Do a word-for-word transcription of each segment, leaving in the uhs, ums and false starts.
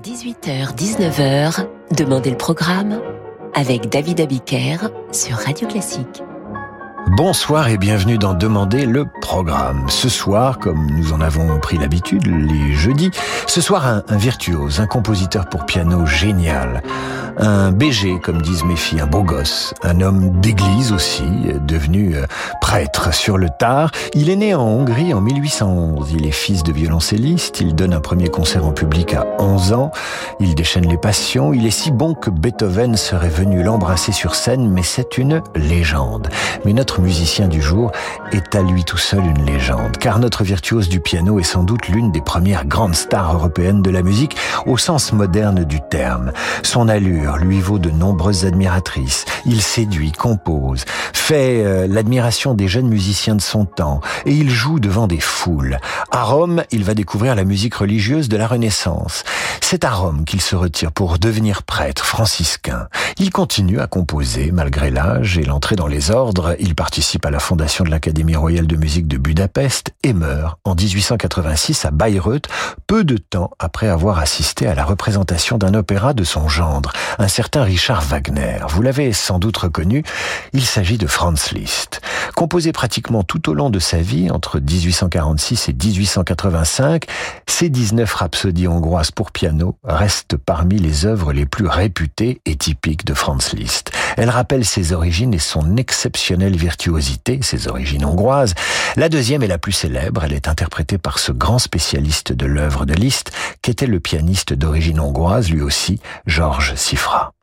dix-huit heures dix-neuf heures, Demandez le programme avec David Abiker sur Radio Classique. Bonsoir et bienvenue dans Demandez le programme. Ce soir, comme nous en avons pris l'habitude les jeudis, ce soir un, un virtuose, un compositeur pour piano génial, un B G comme disent mes filles, un beau gosse, un homme d'église aussi, devenu prêtre sur le tard. Il est né en Hongrie en mille huit cent onze, il est fils de violoncelliste, il donne un premier concert en public à onze ans, il déchaîne les passions, il est si bon que Beethoven serait venu l'embrasser sur scène, mais c'est une légende. Mais notre musicien du jour est à lui tout seul une légende, car notre virtuose du piano est sans doute l'une des premières grandes stars européennes de la musique au sens moderne du terme. Son allure lui vaut de nombreuses admiratrices. Il séduit, compose, fait euh, l'admiration des jeunes musiciens de son temps, et il joue devant des foules. À Rome, il va découvrir la musique religieuse de la Renaissance. C'est à Rome qu'il se retire pour devenir prêtre franciscain. Il continue à composer malgré l'âge et l'entrée dans les ordres. Il participe à la fondation de l'Académie royale de musique de Budapest et meurt en dix-huit cent quatre-vingt-six à Bayreuth, peu de temps après avoir assisté à la représentation d'un opéra de son gendre, un certain Richard Wagner. Vous l'avez sans doute reconnu, il s'agit de Franz Liszt. Composé pratiquement tout au long de sa vie, entre dix-huit cent quarante-six et dix-huit cent quatre-vingt-cinq, ses dix-neuf rhapsodies hongroises pour piano restent parmi les œuvres les plus réputées et typiques de Franz Liszt. Elle rappelle ses origines et son exceptionnelle virtuosité, ses origines hongroises. La deuxième est la plus célèbre, elle est interprétée par ce grand spécialiste de l'œuvre de Liszt, qu'était le pianiste d'origine hongroise, lui aussi, Georges Szifra.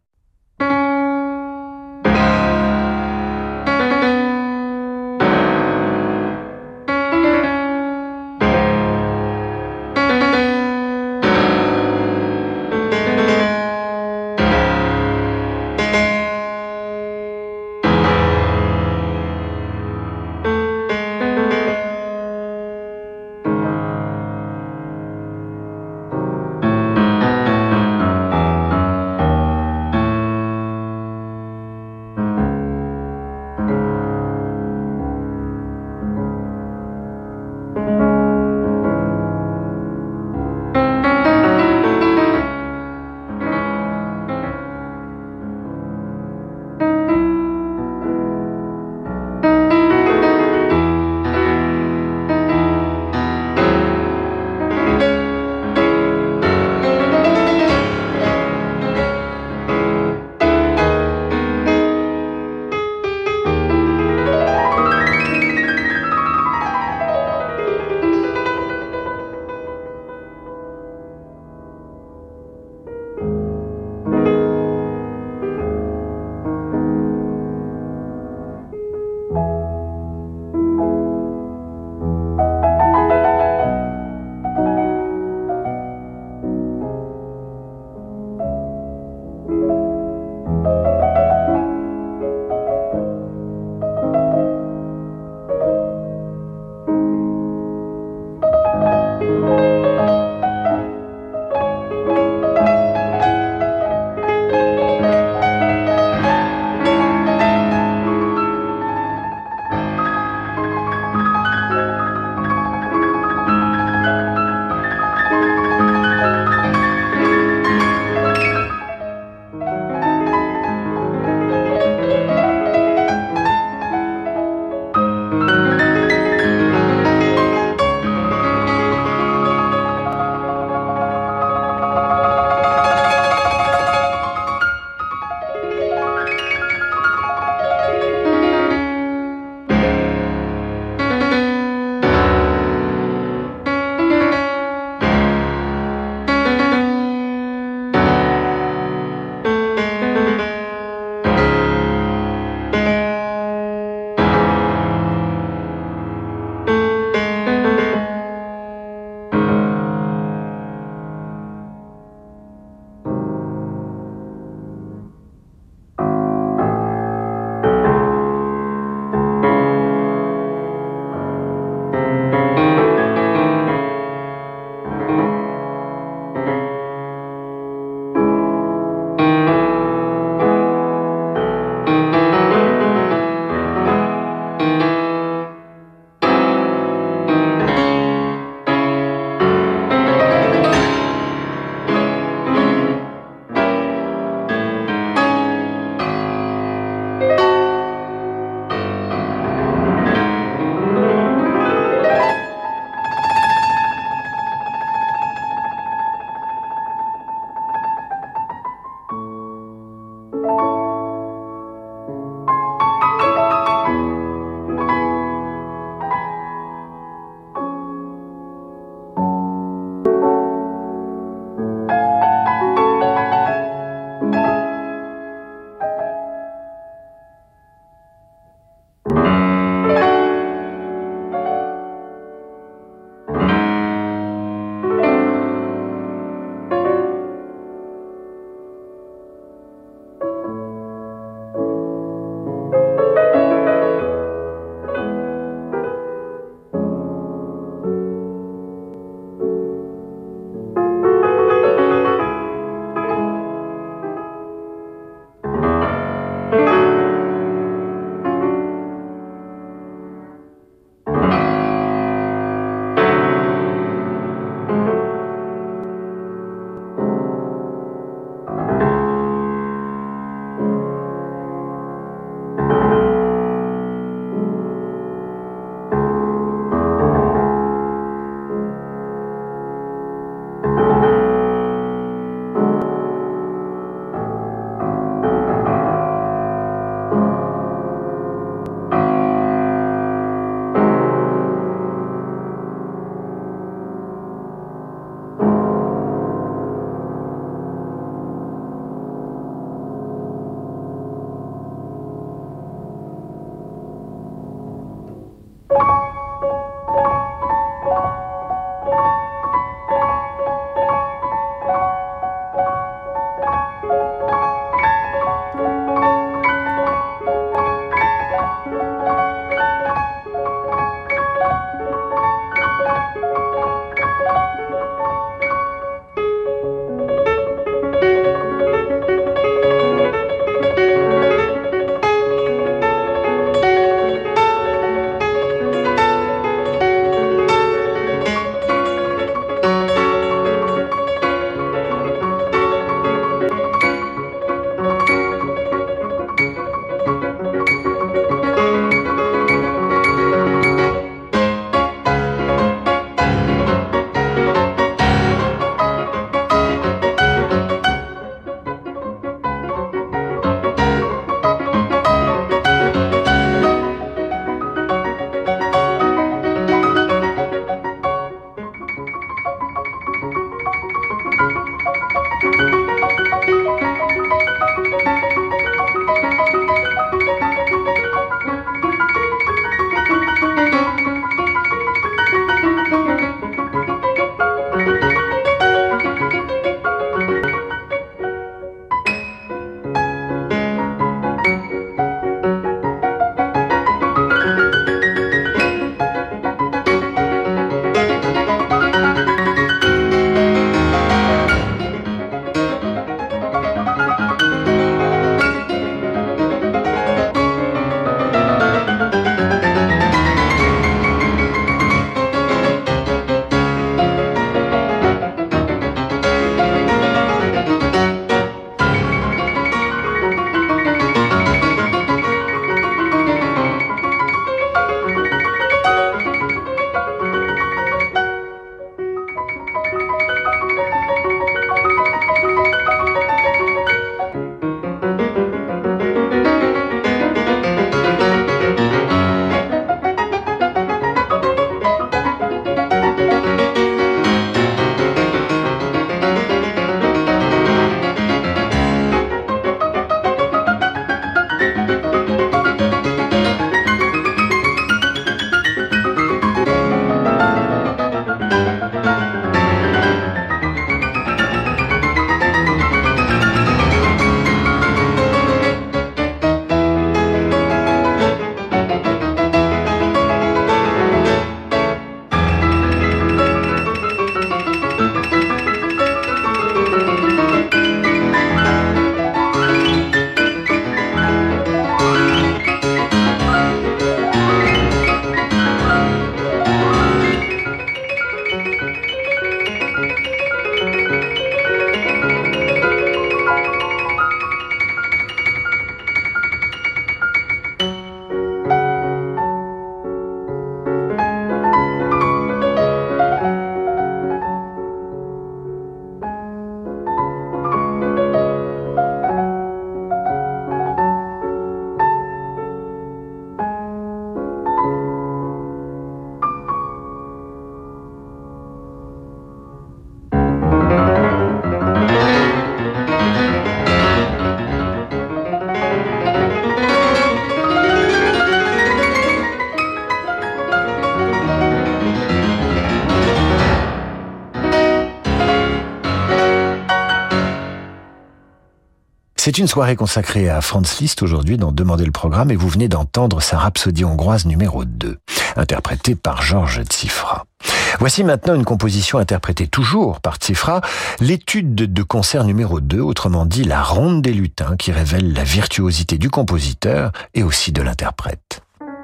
C'est une soirée consacrée à Franz Liszt aujourd'hui dans Demandez le programme et vous venez d'entendre sa Rhapsodie hongroise numéro deux, interprétée par Georges Tsifra. Voici maintenant une composition interprétée toujours par Tsifra, l'étude de concert numéro deux, autrement dit la ronde des lutins qui révèle la virtuosité du compositeur et aussi de l'interprète.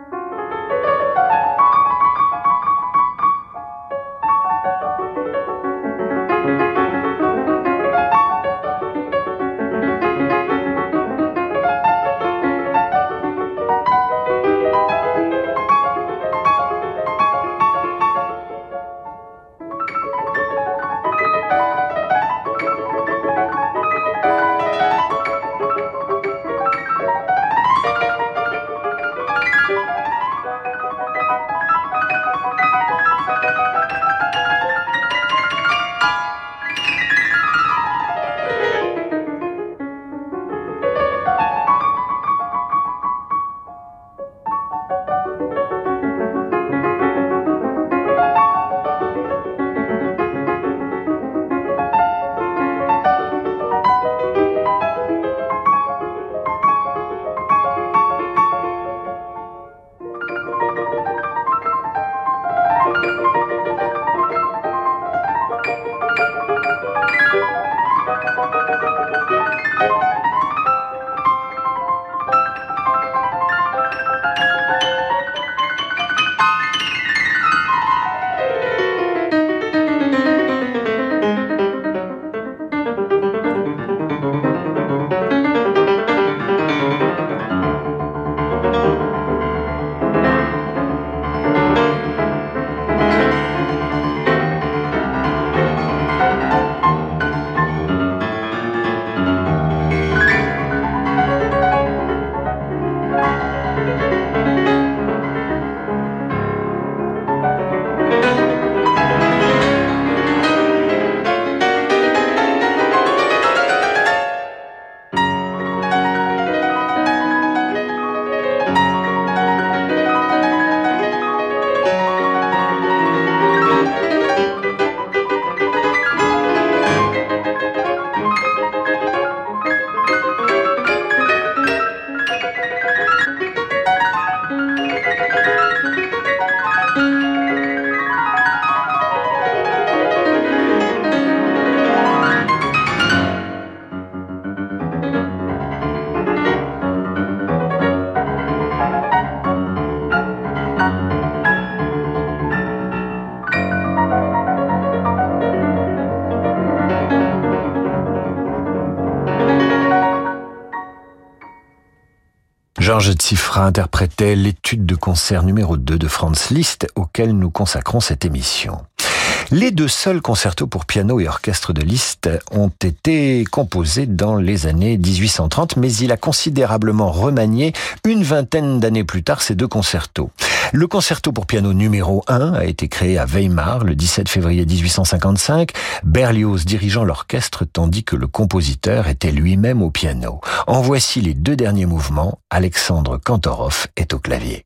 Georges Tsifra interprétait l'étude de concert numéro deux de Franz Liszt auquel nous consacrons cette émission. Les deux seuls concertos pour piano et orchestre de Liszt ont été composés dans les années dix-huit cent trente, mais il a considérablement remanié une vingtaine d'années plus tard ces deux concertos. Le concerto pour piano numéro un a été créé à Weimar le dix-sept février dix-huit cent cinquante-cinq, Berlioz dirigeant l'orchestre tandis que le compositeur était lui-même au piano. En voici les deux derniers mouvements, Alexandre Kantorov est au clavier.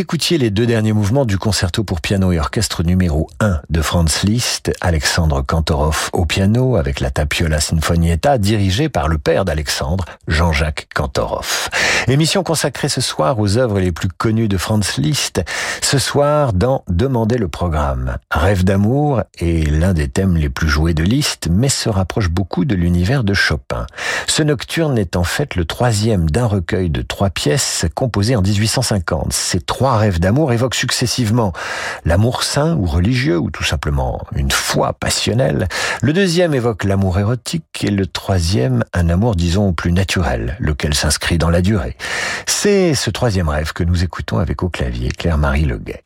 écoutiez les deux derniers mouvements du concerto pour piano et orchestre numéro un de Franz Liszt, Alexandre Kantorov au piano avec la Tapiola Sinfonietta dirigée par le père d'Alexandre, Jean-Jacques Kantorov. Émission consacrée ce soir aux œuvres les plus connues de Franz Liszt. Ce soir, dans Demandez le programme. Rêve d'amour est l'un des thèmes les plus joués de Liszt, mais se rapproche beaucoup de l'univers de Chopin. Ce nocturne est en fait le troisième d'un recueil de trois pièces composées en dix-huit cent cinquante. Ces trois rêves d'amour évoquent successivement l'amour saint ou religieux, ou tout simplement une foi passionnelle. Le deuxième évoque l'amour érotique et le troisième un amour, disons, plus naturel, lequel s'inscrit dans la durée. C'est ce troisième rêve que nous écoutons avec au clavier Claire-Marie Leguet.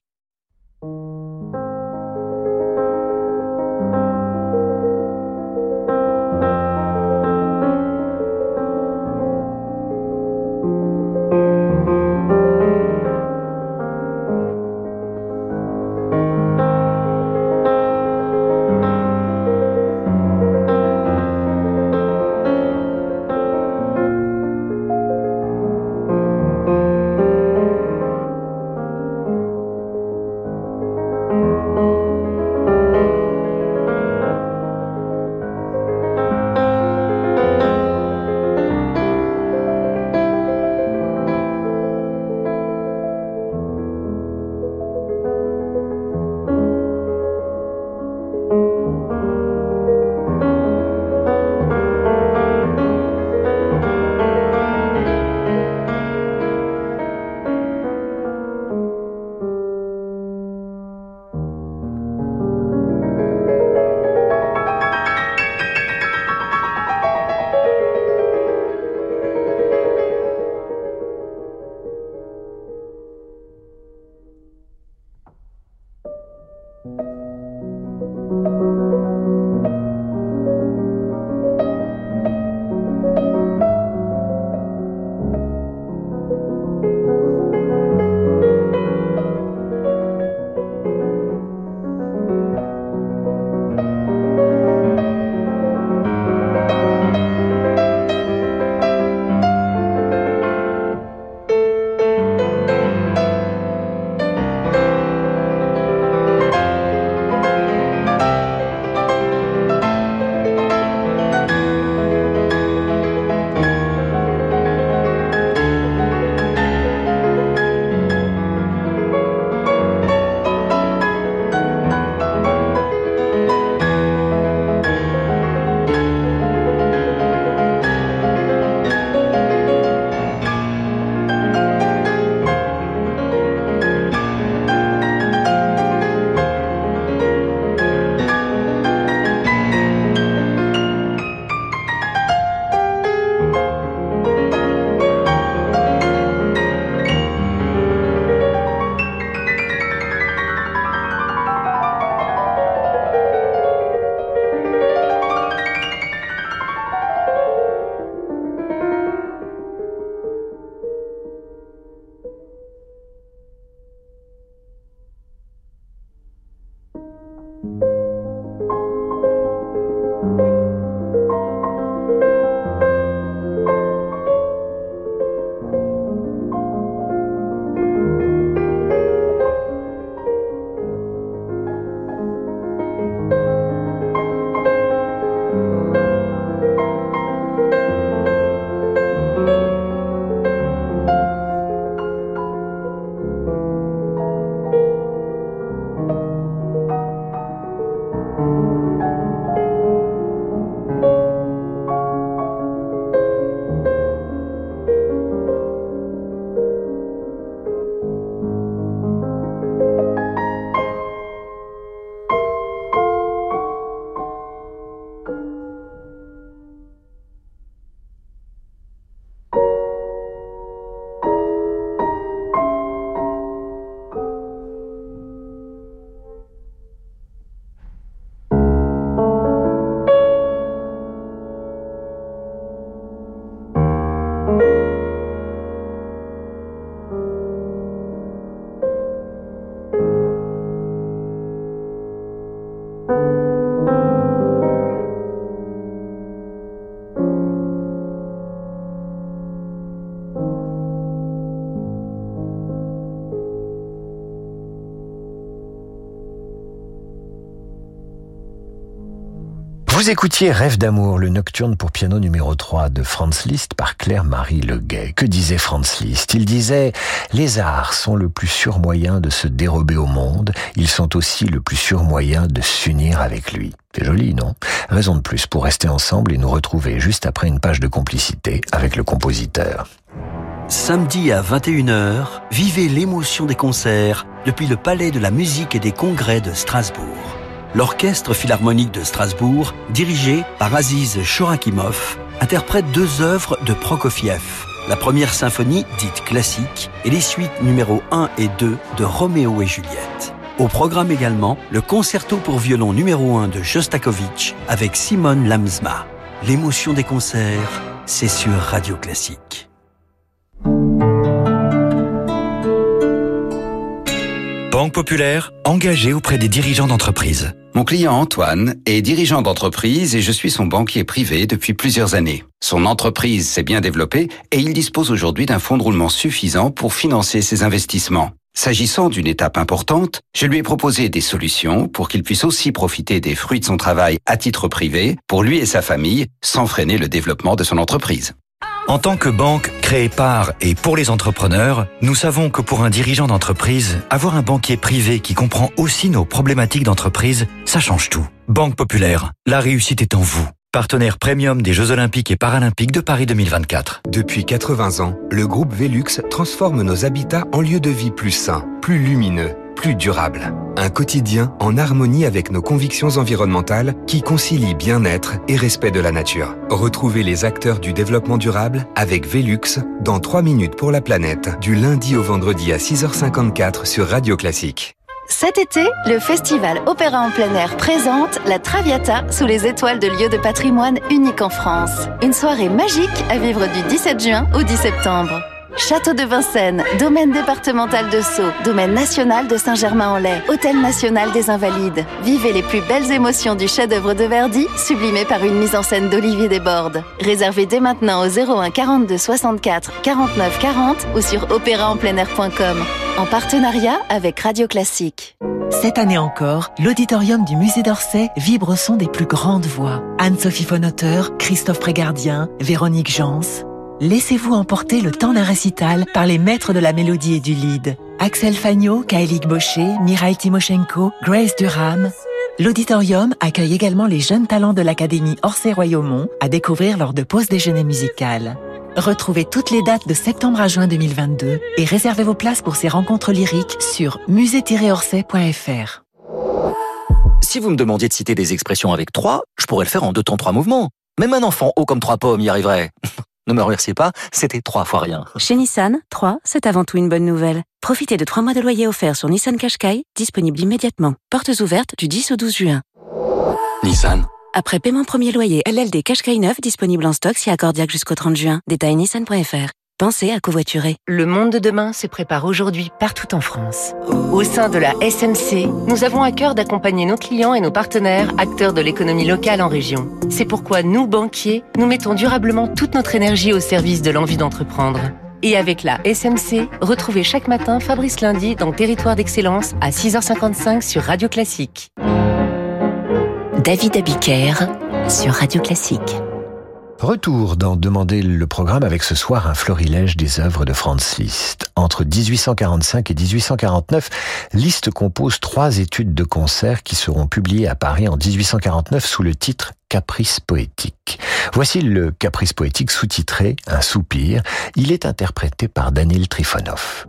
Vous écoutiez Rêve d'amour, le nocturne pour piano numéro trois de Franz Liszt par Claire-Marie Leguet. Que disait Franz Liszt? Il disait « Les arts sont le plus sûr moyen de se dérober au monde, ils sont aussi le plus sûr moyen de s'unir avec lui ». C'est joli, non? Raison de plus pour rester ensemble et nous retrouver juste après une page de complicité avec le compositeur. Samedi à vingt et une heures, vivez l'émotion des concerts depuis le Palais de la Musique et des Congrès de Strasbourg. L'Orchestre Philharmonique de Strasbourg, dirigé par Aziz Chorakimov, interprète deux œuvres de Prokofiev. La première symphonie, dite classique, et les suites numéro un et deux de Roméo et Juliette. Au programme également, le concerto pour violon numéro un de Shostakovich avec Simone Lamsma. L'émotion des concerts, c'est sur Radio Classique. Banque Populaire, engagée auprès des dirigeants d'entreprise. Mon client Antoine est dirigeant d'entreprise et je suis son banquier privé depuis plusieurs années. Son entreprise s'est bien développée et il dispose aujourd'hui d'un fonds de roulement suffisant pour financer ses investissements. S'agissant d'une étape importante, je lui ai proposé des solutions pour qu'il puisse aussi profiter des fruits de son travail à titre privé, pour lui et sa famille, sans freiner le développement de son entreprise. En tant que banque créée par et pour les entrepreneurs, nous savons que pour un dirigeant d'entreprise, avoir un banquier privé qui comprend aussi nos problématiques d'entreprise, ça change tout. Banque Populaire, la réussite est en vous. Partenaire premium des Jeux Olympiques et Paralympiques de Paris deux mille vingt-quatre. Depuis quatre-vingts ans, le groupe Velux transforme nos habitats en lieux de vie plus sains, plus lumineux, plus durables. Un quotidien en harmonie avec nos convictions environnementales qui concilient bien-être et respect de la nature. Retrouvez les acteurs du développement durable avec Velux dans trois minutes pour la planète, du lundi au vendredi à six heures cinquante-quatre sur Radio Classique. Cet été, le festival Opéra en plein air présente la Traviata sous les étoiles de lieux de patrimoine unique en France. Une soirée magique à vivre du dix-sept juin au dix septembre. Château de Vincennes, domaine départemental de Sceaux, domaine national de Saint-Germain-en-Laye, hôtel national des Invalides. Vivez les plus belles émotions du chef-d'œuvre de Verdi, sublimé par une mise en scène d'Olivier Desbordes. Réservez dès maintenant au zéro un quarante-deux soixante-quatre quarante-neuf quarante ou sur opéra en plein air point com. En partenariat avec Radio Classique. Cette année encore, l'auditorium du Musée d'Orsay vibre au son des plus grandes voix. Anne-Sophie Fonauteur, Christophe Prégardien, Véronique Jans. Laissez-vous emporter le temps d'un récital par les maîtres de la mélodie et du lead. Axel Fagnot, Kaélik Bochet, Mikhail Timoshenko, Grace Durham. L'auditorium accueille également les jeunes talents de l'Académie Orsay-Royaumont à découvrir lors de pause déjeuner musicale. Retrouvez toutes les dates de septembre à juin deux mille vingt-deux et réservez vos places pour ces rencontres lyriques sur musée tiret orsay point f r. Si vous me demandiez de citer des expressions avec trois, je pourrais le faire en deux temps trois mouvements. Même un enfant haut comme trois pommes y arriverait. Ne me remerciez pas, c'était trois fois rien. Chez Nissan, trois, c'est avant tout une bonne nouvelle. Profitez de trois mois de loyer offerts sur Nissan Qashqai, disponible immédiatement. Portes ouvertes du dix au douze juin. Nissan. Après paiement premier loyer, L L D Qashqai neuf disponible en stock si accordiaque jusqu'au trente juin. Détail nissan point f r. Pensez à covoiturer. Le monde de demain se prépare aujourd'hui partout en France. Au sein de la S M C, nous avons à cœur d'accompagner nos clients et nos partenaires, acteurs de l'économie locale en région. C'est pourquoi nous, banquiers, nous mettons durablement toute notre énergie au service de l'envie d'entreprendre. Et avec la S M C, retrouvez chaque matin Fabrice Lundi dans Territoire d'Excellence à six heures cinquante-cinq sur Radio Classique. David Abiker sur Radio Classique. Retour dans Demander le programme avec ce soir un florilège des œuvres de Franz Liszt. Entre dix-huit cent quarante-cinq et dix-huit cent quarante-neuf, Liszt compose trois études de concert qui seront publiées à Paris en dix-huit cent quarante-neuf sous le titre Caprice poétique. Voici le Caprice poétique sous-titré Un soupir. Il est interprété par Danil Trifonov.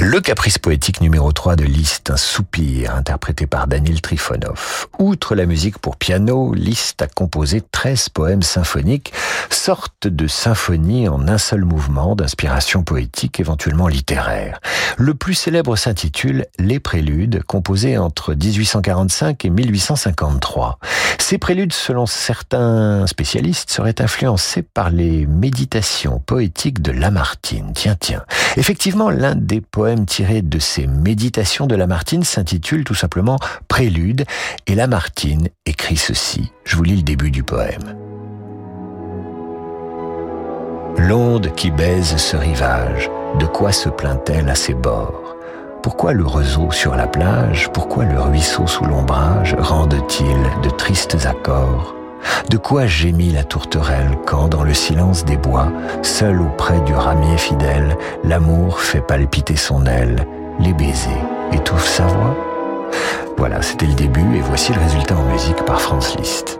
Le caprice poétique numéro trois de Liszt, un soupir, interprété par Daniel Trifonov. Outre la musique pour piano, Liszt a composé treize poèmes symphoniques, sorte de symphonie en un seul mouvement, d'inspiration poétique, éventuellement littéraire. Le plus célèbre s'intitule « Les Préludes », composés entre dix-huit cent quarante-cinq et mille huit cent cinquante-trois. Ces préludes, selon certains spécialistes, seraient influencés par les méditations poétiques de Lamartine. Tiens, tiens. Effectivement, l'un des poèmes tirés de ces méditations de Lamartine s'intitule tout simplement « Prélude » et Lamartine écrit ceci. Je vous lis le début du poème. L'onde qui baise ce rivage, de quoi se plaint-elle à ses bords? Pourquoi le roseau sur la plage, pourquoi le ruisseau sous l'ombrage rendent-ils de tristes accords? De quoi gémit la tourterelle quand, dans le silence des bois, seul auprès du ramier fidèle, l'amour fait palpiter son aile, les baisers étouffent sa voix? Voilà, c'était le début et voici le résultat en musique par Franz Liszt.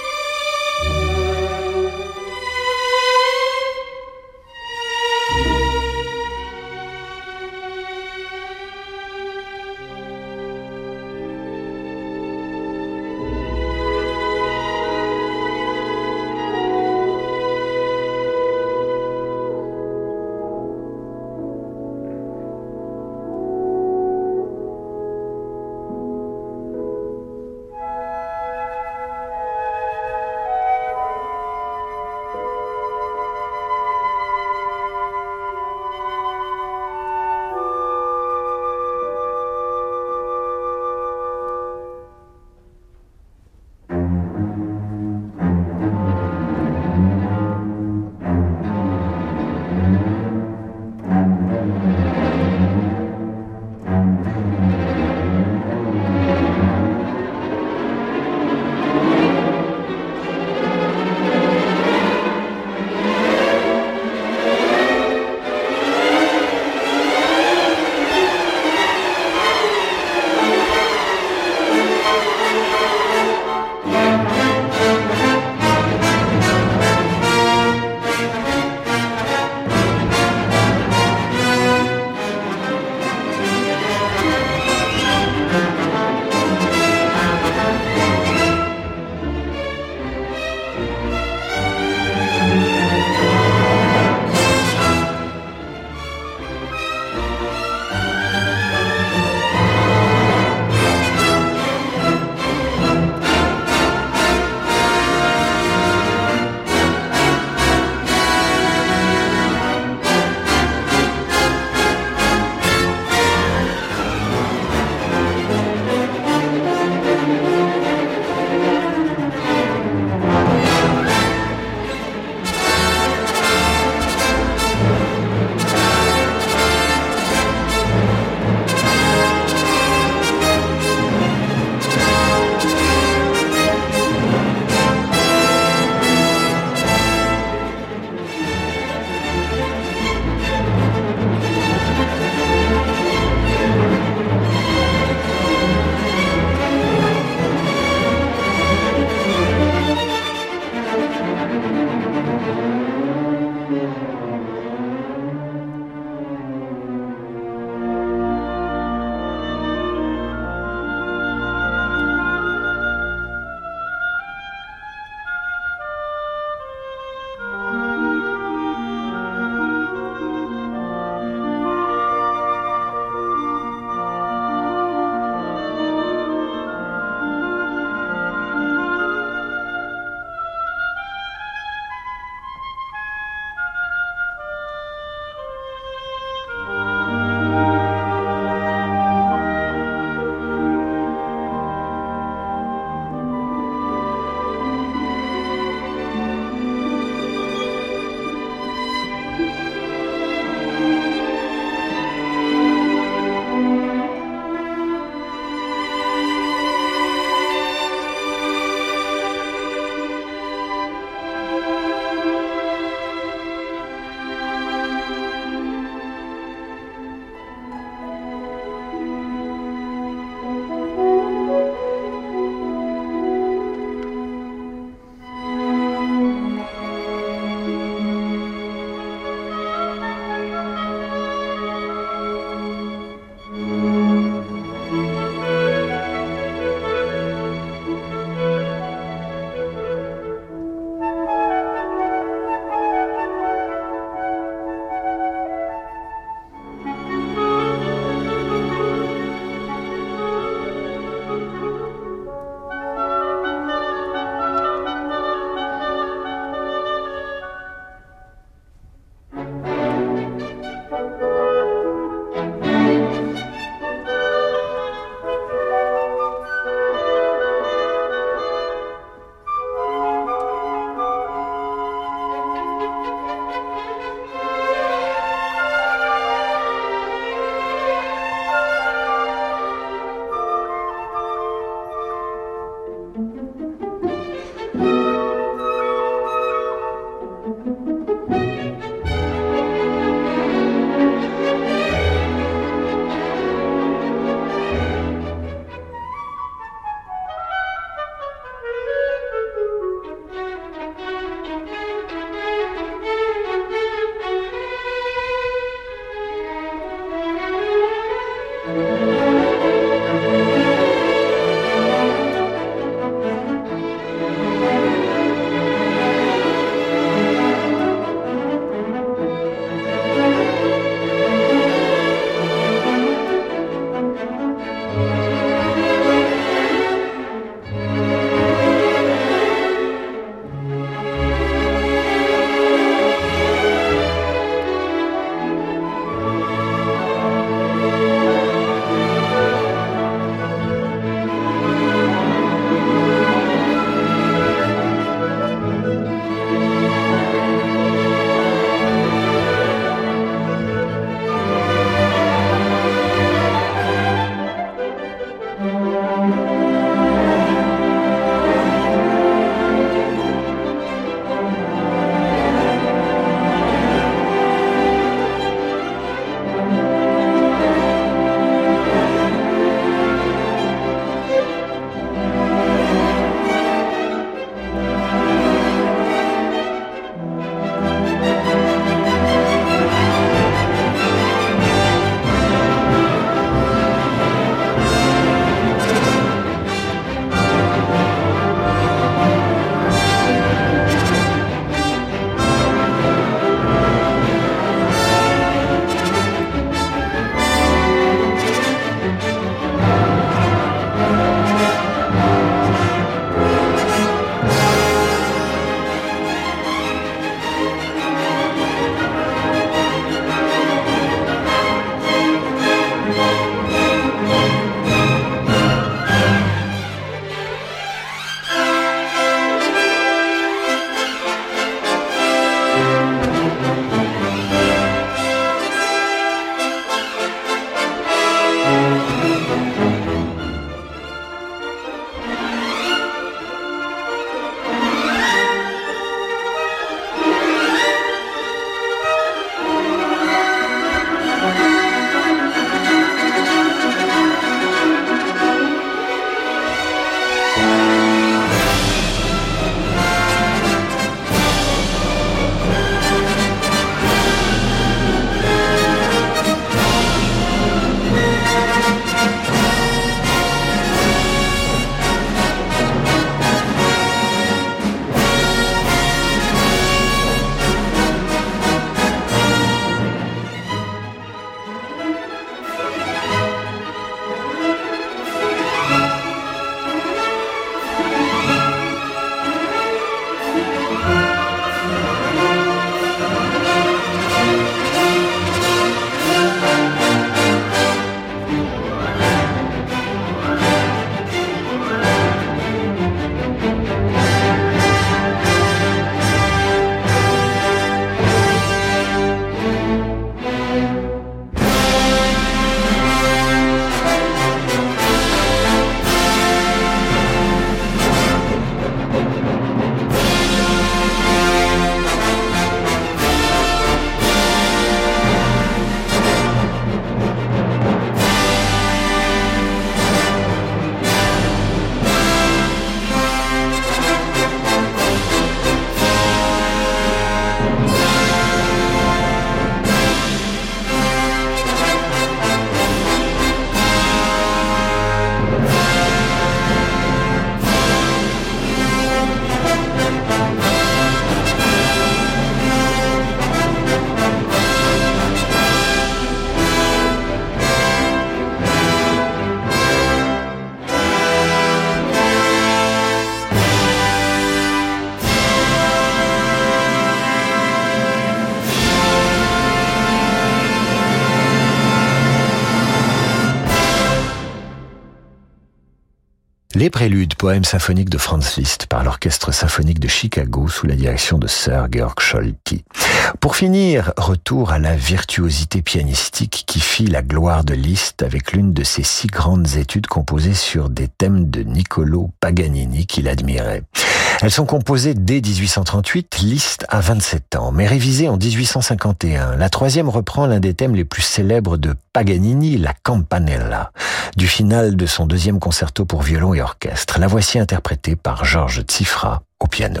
Les préludes, poèmes symphoniques de Franz Liszt par l'Orchestre symphonique de Chicago sous la direction de Sir Georg Scholti. Pour finir, retour à la virtuosité pianistique qui fit la gloire de Liszt avec l'une de ses six grandes études composées sur des thèmes de Niccolò Paganini qu'il admirait. Elles sont composées dès dix-huit cent trente-huit, Liszt a vingt-sept ans, mais révisées en dix-huit cent cinquante et un. La troisième reprend l'un des thèmes les plus célèbres de Paganini, la Campanella, du final de son deuxième concerto pour violon et orchestre. La voici interprétée par Georges Tsifra au piano.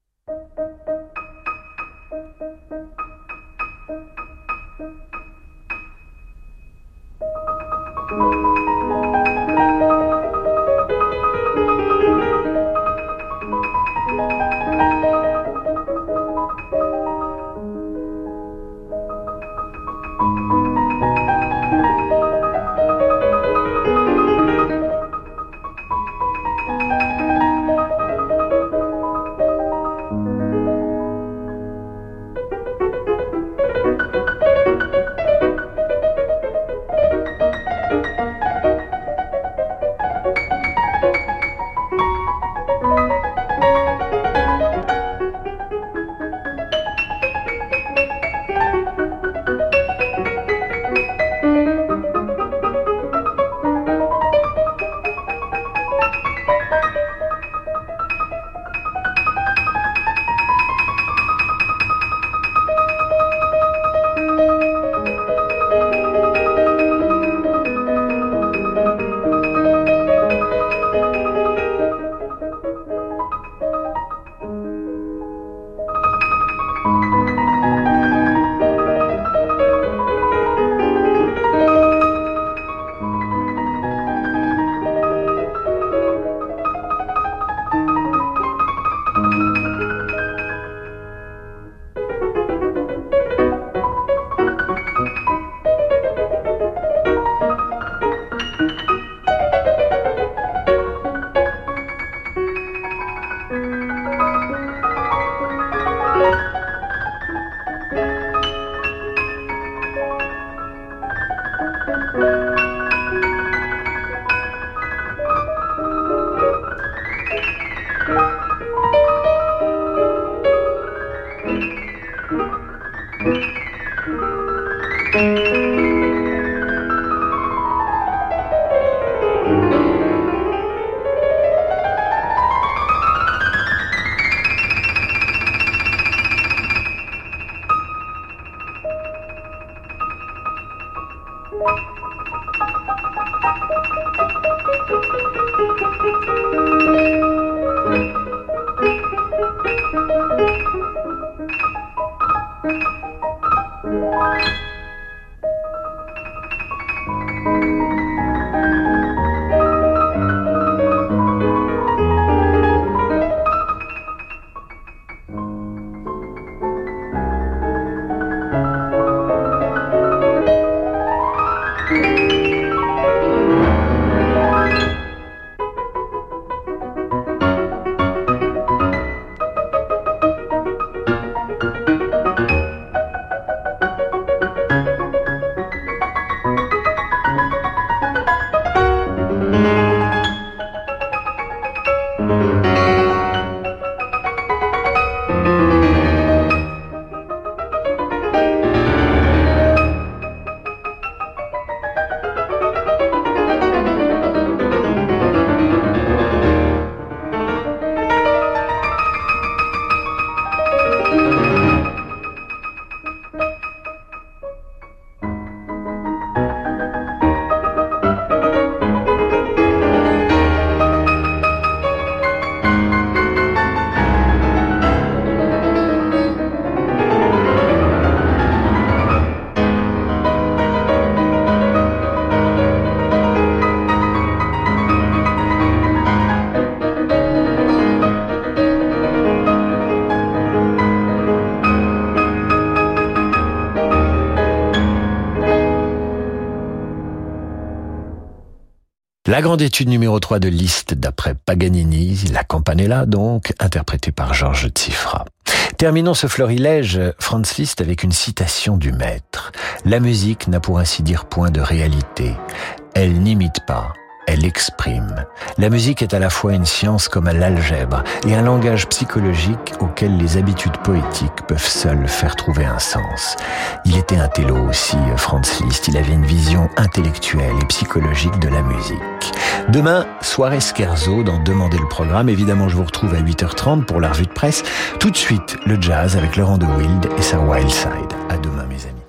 La grande étude numéro trois de Liszt d'après Paganini, la Campanella donc, interprétée par Georges Tsifra. Terminons ce florilège, Franz Liszt, avec une citation du maître. La musique n'a pour ainsi dire point de réalité. Elle n'imite pas, elle exprime. La musique est à la fois une science comme l'algèbre et un langage psychologique auquel les habitudes poétiques peuvent seules faire trouver un sens. Il était un télo aussi, Franz Liszt. Il avait une vision intellectuelle et psychologique de la musique. Demain, soirée Scherzo dans Demandez le programme. Évidemment, je vous retrouve à huit heures trente pour la revue de presse. Tout de suite, le jazz avec Laurent de Wild et sa Wild Side. À demain, mes amis.